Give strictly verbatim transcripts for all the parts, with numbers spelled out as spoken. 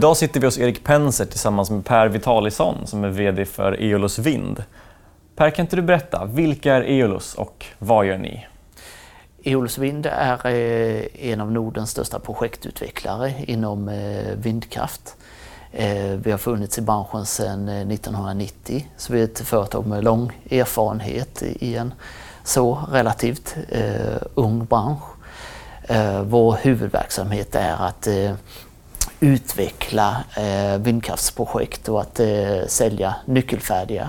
Idag sitter vi hos Erik Penser tillsammans med Per Vitalisson som är vd för Eolus Vind. Per, kan inte du berätta, vilka är Eolus och vad gör ni? Eolus Vind är en av Nordens största projektutvecklare inom vindkraft. Vi har funnits i branschen sedan nittonhundranittio, så vi är ett företag med lång erfarenhet i en så relativt ung bransch. Vår huvudverksamhet är att utveckla vindkraftsprojekt och att sälja nyckelfärdiga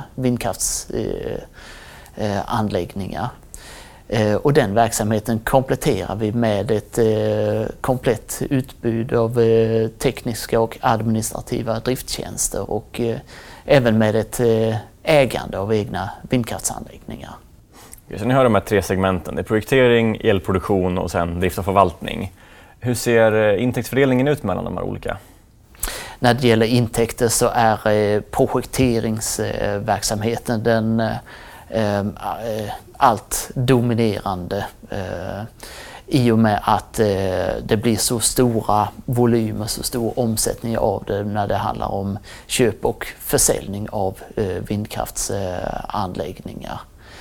vindkraftsanläggningar. Och den verksamheten kompletterar vi med ett komplett utbud av tekniska och administrativa drifttjänster och även med ett ägande av egna vindkraftsanläggningar. Så ni har de här tre segmenten, det är projektering, elproduktion och sen drift och förvaltning. Hur ser intäktsfördelningen ut mellan de här olika? När det gäller intäkter så är projekteringsverksamheten den allt dominerande i och med att det blir så stora volymer, så stor omsättning av det när det handlar om köp och försäljning av vindkraftsanläggningar.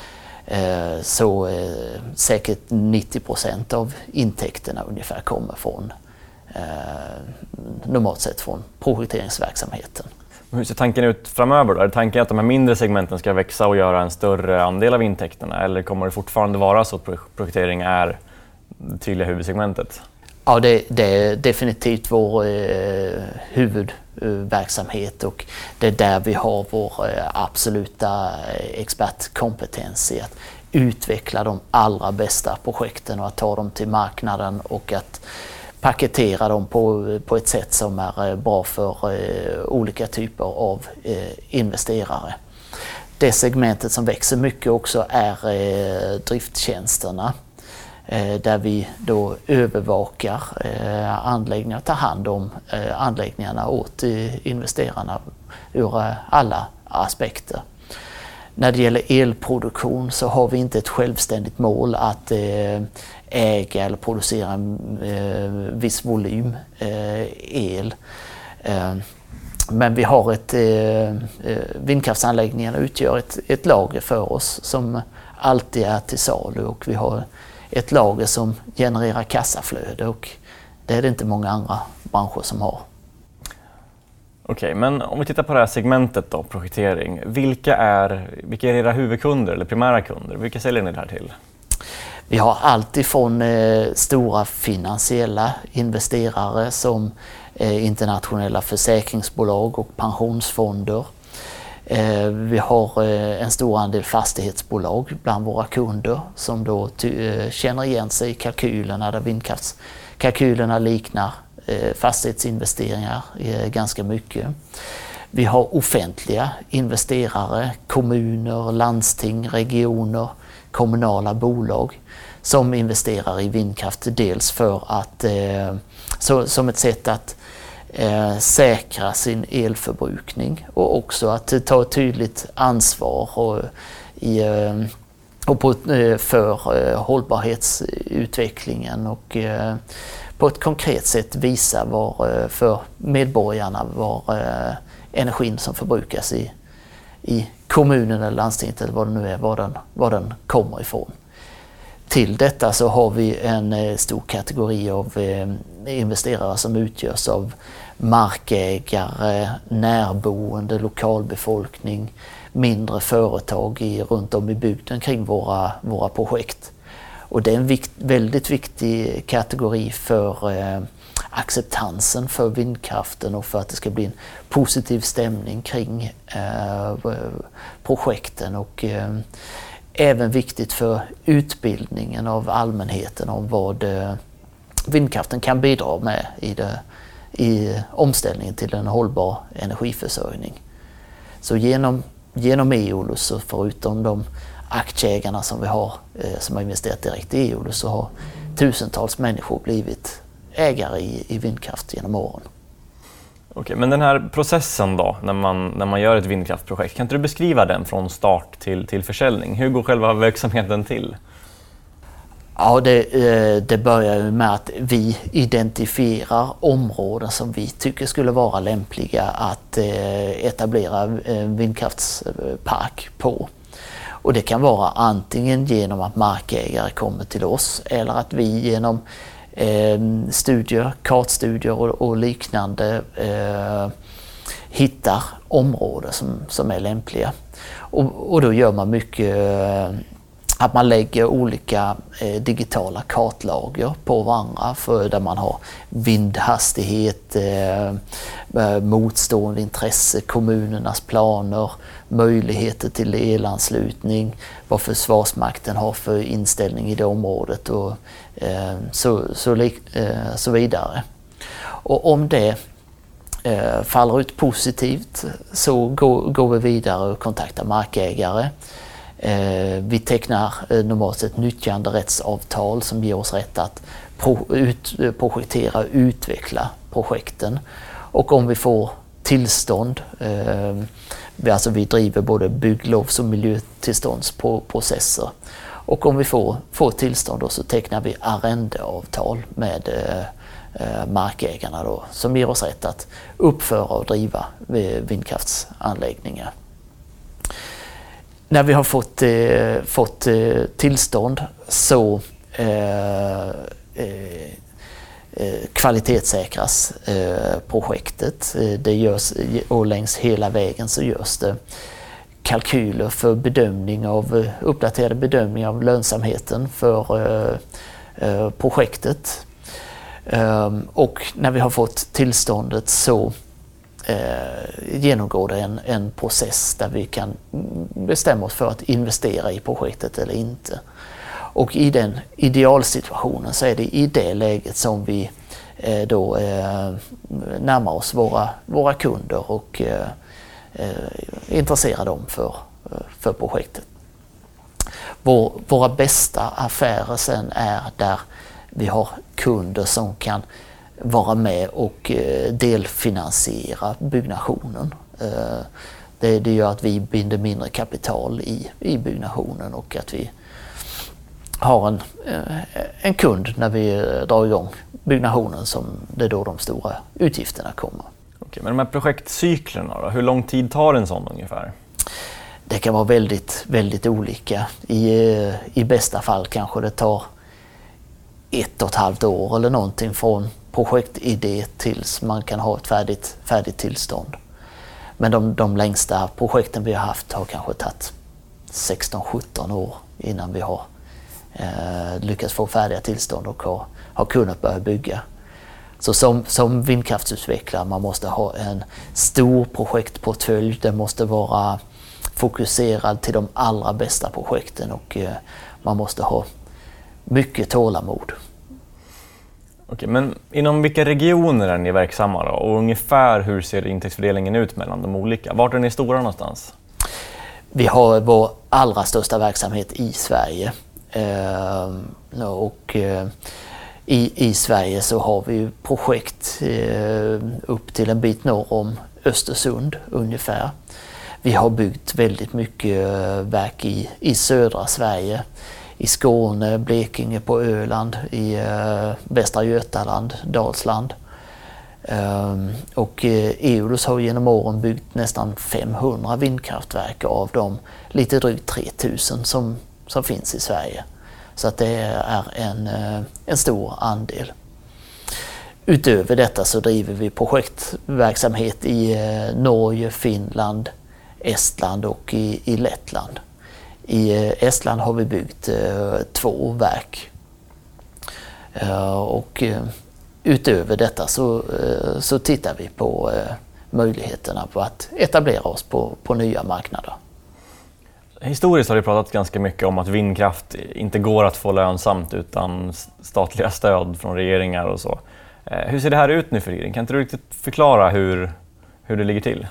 Så säkert nittio procent av intäkterna ungefär kommer från normalt sett från projekteringsverksamheten. Hur ser tanken ut framöver då? Är det tanken att de här mindre segmenten ska växa och göra en större andel av intäkterna, eller kommer det fortfarande vara så att projektering är det tydliga huvudsegmentet? Ja, det, det är definitivt vår eh, huvudverksamhet och det är där vi har vår eh, absoluta expertkompetens i att utveckla de allra bästa projekten och att ta dem till marknaden och att paketera dem på, på ett sätt som är bra för eh, olika typer av eh, investerare. Det segmentet som växer mycket också är eh, drifttjänsterna. Där vi då övervakar anläggningar och tar hand om anläggningarna åt investerarna ur alla aspekter. När det gäller elproduktion så har vi inte ett självständigt mål att äga eller producera en viss volym el. Men vi har ett, vindkraftsanläggningarna utgör ett, ett lager för oss som alltid är till salu och vi har ett lager som genererar kassaflöde och det är det inte många andra branscher som har. Okej, men om vi tittar på det här segmentet då, projektering. Vilka är, vilka är era huvudkunder eller primära kunder? Vilka säljer ni det här till? Vi har allt ifrån eh, stora finansiella investerare som eh, internationella försäkringsbolag och pensionsfonder. Vi har en stor andel fastighetsbolag bland våra kunder som då känner igen sig i kalkylerna där vindkraftskalkylerna liknar fastighetsinvesteringar ganska mycket. Vi har offentliga investerare, kommuner, landsting, regioner, kommunala bolag som investerar i vindkraft dels för att, så, som ett sätt att Eh, säkra sin elförbrukning och också att ta ett tydligt ansvar och, i, eh, och på, eh, för eh, hållbarhetsutvecklingen och eh, på ett konkret sätt visa var, eh, för medborgarna var eh, energin som förbrukas i, i kommunen eller landstinget eller vad det nu är, var den, var den kommer ifrån. Till detta så har vi en eh, stor kategori av eh, investerare som utgörs av markägare, närboende, lokalbefolkning, mindre företag i, runt om i bygden kring våra, våra projekt. Och det är en vikt, väldigt viktig kategori för eh, acceptansen för vindkraften och för att det ska bli en positiv stämning kring eh, projekten och eh, även viktigt för utbildningen av allmänheten om vad eh, vindkraften kan bidra med i, det, i omställningen till en hållbar energiförsörjning. Så genom, genom Eolus, så förutom de aktieägarna som vi har eh, som har investerat direkt i Eolus, så har tusentals människor blivit ägare i, i vindkraft genom åren. Okej, men den här processen då, när man, när man gör ett vindkraftprojekt, kan inte du beskriva den från start till, till försäljning? Hur går själva verksamheten till? Ja, det, det börjar ju med att vi identifierar områden som vi tycker skulle vara lämpliga att etablera en vindkraftspark på. Och det kan vara antingen genom att markägare kommer till oss eller att vi genom eh, studier, kartstudier och, och liknande eh, hittar områden som, som är lämpliga. Och, och då gör man mycket eh, att man lägger olika eh, digitala kartlager på varandra för där man har vindhastighet, eh, motstående intresse, kommunernas planer, möjligheter till elanslutning, vad Försvarsmakten har för inställning i det området och eh, så, så, eh, så vidare. Och om det eh, faller ut positivt så går, går vi vidare och kontaktar markägare. Eh, vi tecknar eh, normalt sett nyttjanderättsavtal som ger oss rätt att pro- ut, projektera och utveckla projekten. Och om vi får tillstånd, eh, vi, alltså vi driver både bygglovs- och miljötillståndsprocesser. Och om vi får, får tillstånd då, så tecknar vi arrendeavtal med eh, markägarna då, som ger oss rätt att uppföra och driva vindkraftsanläggningar. När vi har fått, eh, fått eh, tillstånd så eh, eh, kvalitetssäkras eh, projektet. Det görs, och längs hela vägen så görs det kalkyler för bedömning av, uppdaterade bedömningar av lönsamheten för eh, eh, projektet. Eh, och när vi har fått tillståndet så Eh, genomgår det en, en process där vi kan bestämma oss för att investera i projektet eller inte. Och i den idealsituationen så är det i det läget som vi eh, då eh, närmar oss våra, våra kunder och eh, eh, intresserar dem för, för projektet. Vår, våra bästa affärer sen är där vi har kunder som kan vara med och delfinansiera byggnationen. Det, det gör att vi binder mindre kapital i, i byggnationen och att vi har en, en kund när vi drar igång byggnationen som det är då de stora utgifterna kommer. Okej, men de här projektcyklerna då, hur lång tid tar en sån ungefär? Det kan vara väldigt, väldigt olika. I, i bästa fall kanske det tar ett och ett halvt år eller någonting från projektidé tills man kan ha ett färdigt, färdigt tillstånd. Men de, de längsta projekten vi har haft har kanske tagit sexton sjutton år innan vi har eh, lyckats få färdiga tillstånd och har, har kunnat börja bygga. Så som, som vindkraftsutvecklare man måste ha en stor projektportfölj. Den måste vara fokuserad till de allra bästa projekten och eh, man måste ha mycket tålamod. Okej, men inom vilka regioner är ni verksamma då? Och ungefär hur ser intäktsfördelningen ut mellan de olika? Vart är ni stora någonstans? Vi har vår allra största verksamhet i Sverige. Eh, och eh, i, i Sverige så har vi projekt eh, upp till en bit norr om Östersund ungefär. Vi har byggt väldigt mycket verk i, i södra Sverige. I Skåne, Blekinge, på Öland, i eh, Västra Götaland, Dalsland. Um, och eh, Eolus har genom åren byggt nästan femhundra vindkraftverk av de lite drygt tre tusen som, som finns i Sverige. Så att det är en, eh, en stor andel. Utöver detta så driver vi projektverksamhet i eh, Norge, Finland, Estland och i, i Lettland. I Estland har vi byggt eh, två verk eh, och eh, utöver detta så, eh, så tittar vi på eh, möjligheterna på att etablera oss på, på nya marknader. Historiskt har vi pratat ganska mycket om att vindkraft inte går att få lönsamt utan statliga stöd från regeringar och så. Eh, hur ser det här ut nu för regeringen? Kan inte du riktigt förklara hur, hur det ligger till?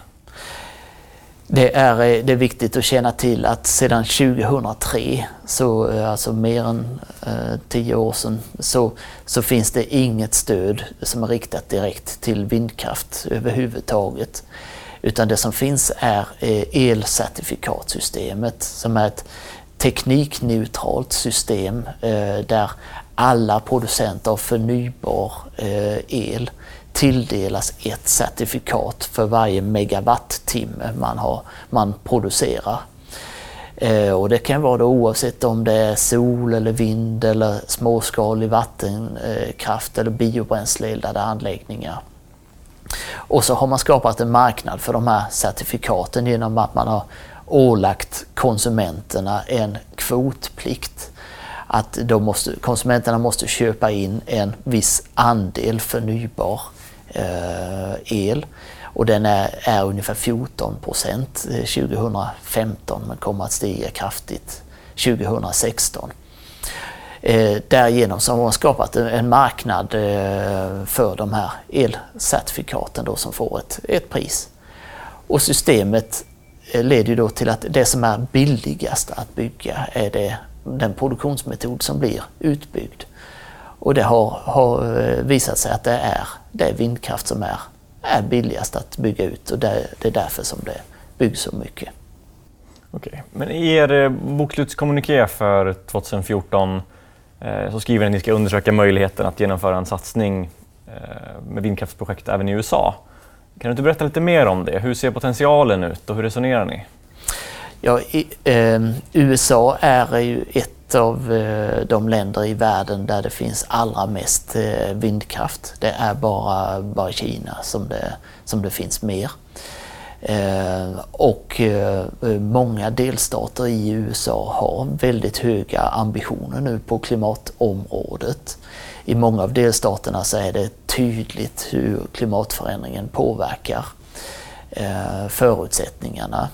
Det är, det är viktigt att känna till att sedan tjugohundratre, så, alltså mer än eh, tio år sedan, så, så finns det inget stöd som är riktat direkt till vindkraft överhuvudtaget. Utan det som finns är eh, elcertifikatsystemet som är ett teknikneutralt system eh, där alla producenter av förnybar eh, el tilldelas ett certifikat för varje megawattimme man, har, man producerar. Eh, och det kan vara då oavsett om det är sol eller vind eller småskalig vattenkraft eller biobränsleeldade anläggningar. Och så har man skapat en marknad för de här certifikaten genom att man har ålagt konsumenterna en kvotplikt. Att de måste, konsumenterna måste köpa in en viss andel förnybar eh, el. Och den är, är ungefär fjorton procent tjugohundrafemton men kommer att stiga kraftigt tjugohundrasexton. Eh, därigenom så har man skapat en marknad eh, för de här elcertifikaten då, som får ett, ett pris. Och systemet eh, leder ju då till att det som är billigast att bygga är det, den produktionsmetod som blir utbyggd. Och det har, har visat sig att det är, det är vindkraft som är, är billigast att bygga ut och det, det är därför som det byggs så mycket. Okej. Men i er bokslutskommuniké för tjugohundrafjorton eh, så skriver ni att ni ska undersöka möjligheten att genomföra en satsning eh, med vindkraftsprojekt även i U S A. Kan du inte berätta lite mer om det? Hur ser potentialen ut och hur resonerar ni? Ja, i, eh, U S A är ju ett av eh, de länder i världen där det finns allra mest eh, vindkraft. Det är bara, bara Kina som det, som det finns mer. Eh, och eh, många delstater i U S A har väldigt höga ambitioner nu på klimatområdet. I många av delstaterna så är det tydligt hur klimatförändringen påverkar eh, förutsättningarna.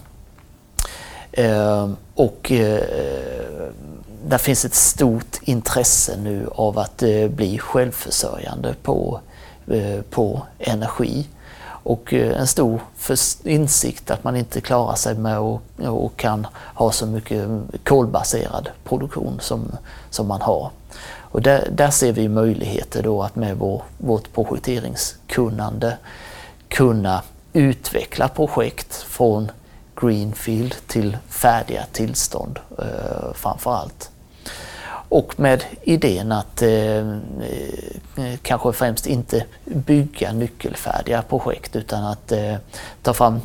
Eh, och eh, där finns ett stort intresse nu av att eh, bli självförsörjande på, eh, på energi. Och eh, en stor insikt att man inte klarar sig med och, och kan ha så mycket kolbaserad produktion som, som man har. Och där, där ser vi möjligheter då att med vår, vårt projekteringskunnande kunna utveckla projekt från greenfield till färdiga tillstånd eh, framför allt. Och med idén att eh, kanske främst inte bygga nyckelfärdiga projekt utan att eh, ta fram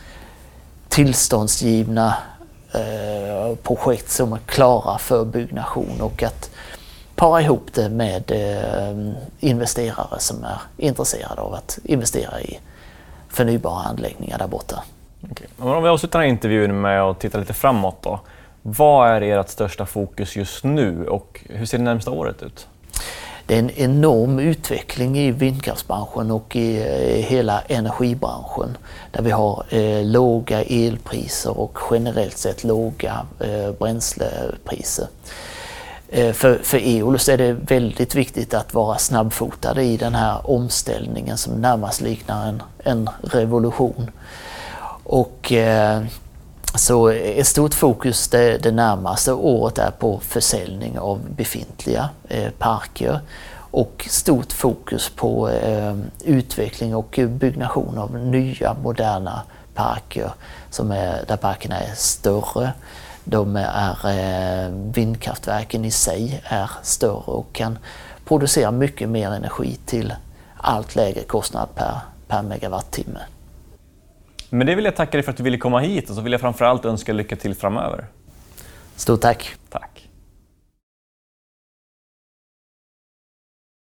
tillståndsgivna eh, projekt som är klara för byggnation och att para ihop det med eh, investerare som är intresserade av att investera i förnybara anläggningar där borta. Okej. Om vi avslutar den här intervjun med att titta lite framåt då. Vad är ert största fokus just nu och hur ser det närmsta året ut? Det är en enorm utveckling i vindkraftsbranschen och i hela energibranschen där vi har eh, låga elpriser och generellt sett låga eh, bränslepriser. Eh, för, för Eolus är det väldigt viktigt att vara snabbfotade i den här omställningen som närmast liknar en, en revolution. Och eh, så ett stort fokus det, det närmaste året är på försäljning av befintliga eh, parker och stort fokus på eh, utveckling och byggnation av nya moderna parker som är, där parkerna är större. De är, eh, vindkraftverken i sig är större och kan producera mycket mer energi till allt lägre kostnad per, per megawattimme. Men det vill jag tacka dig för att du ville komma hit och så vill jag framförallt önska lycka till framöver. Stort tack. Tack.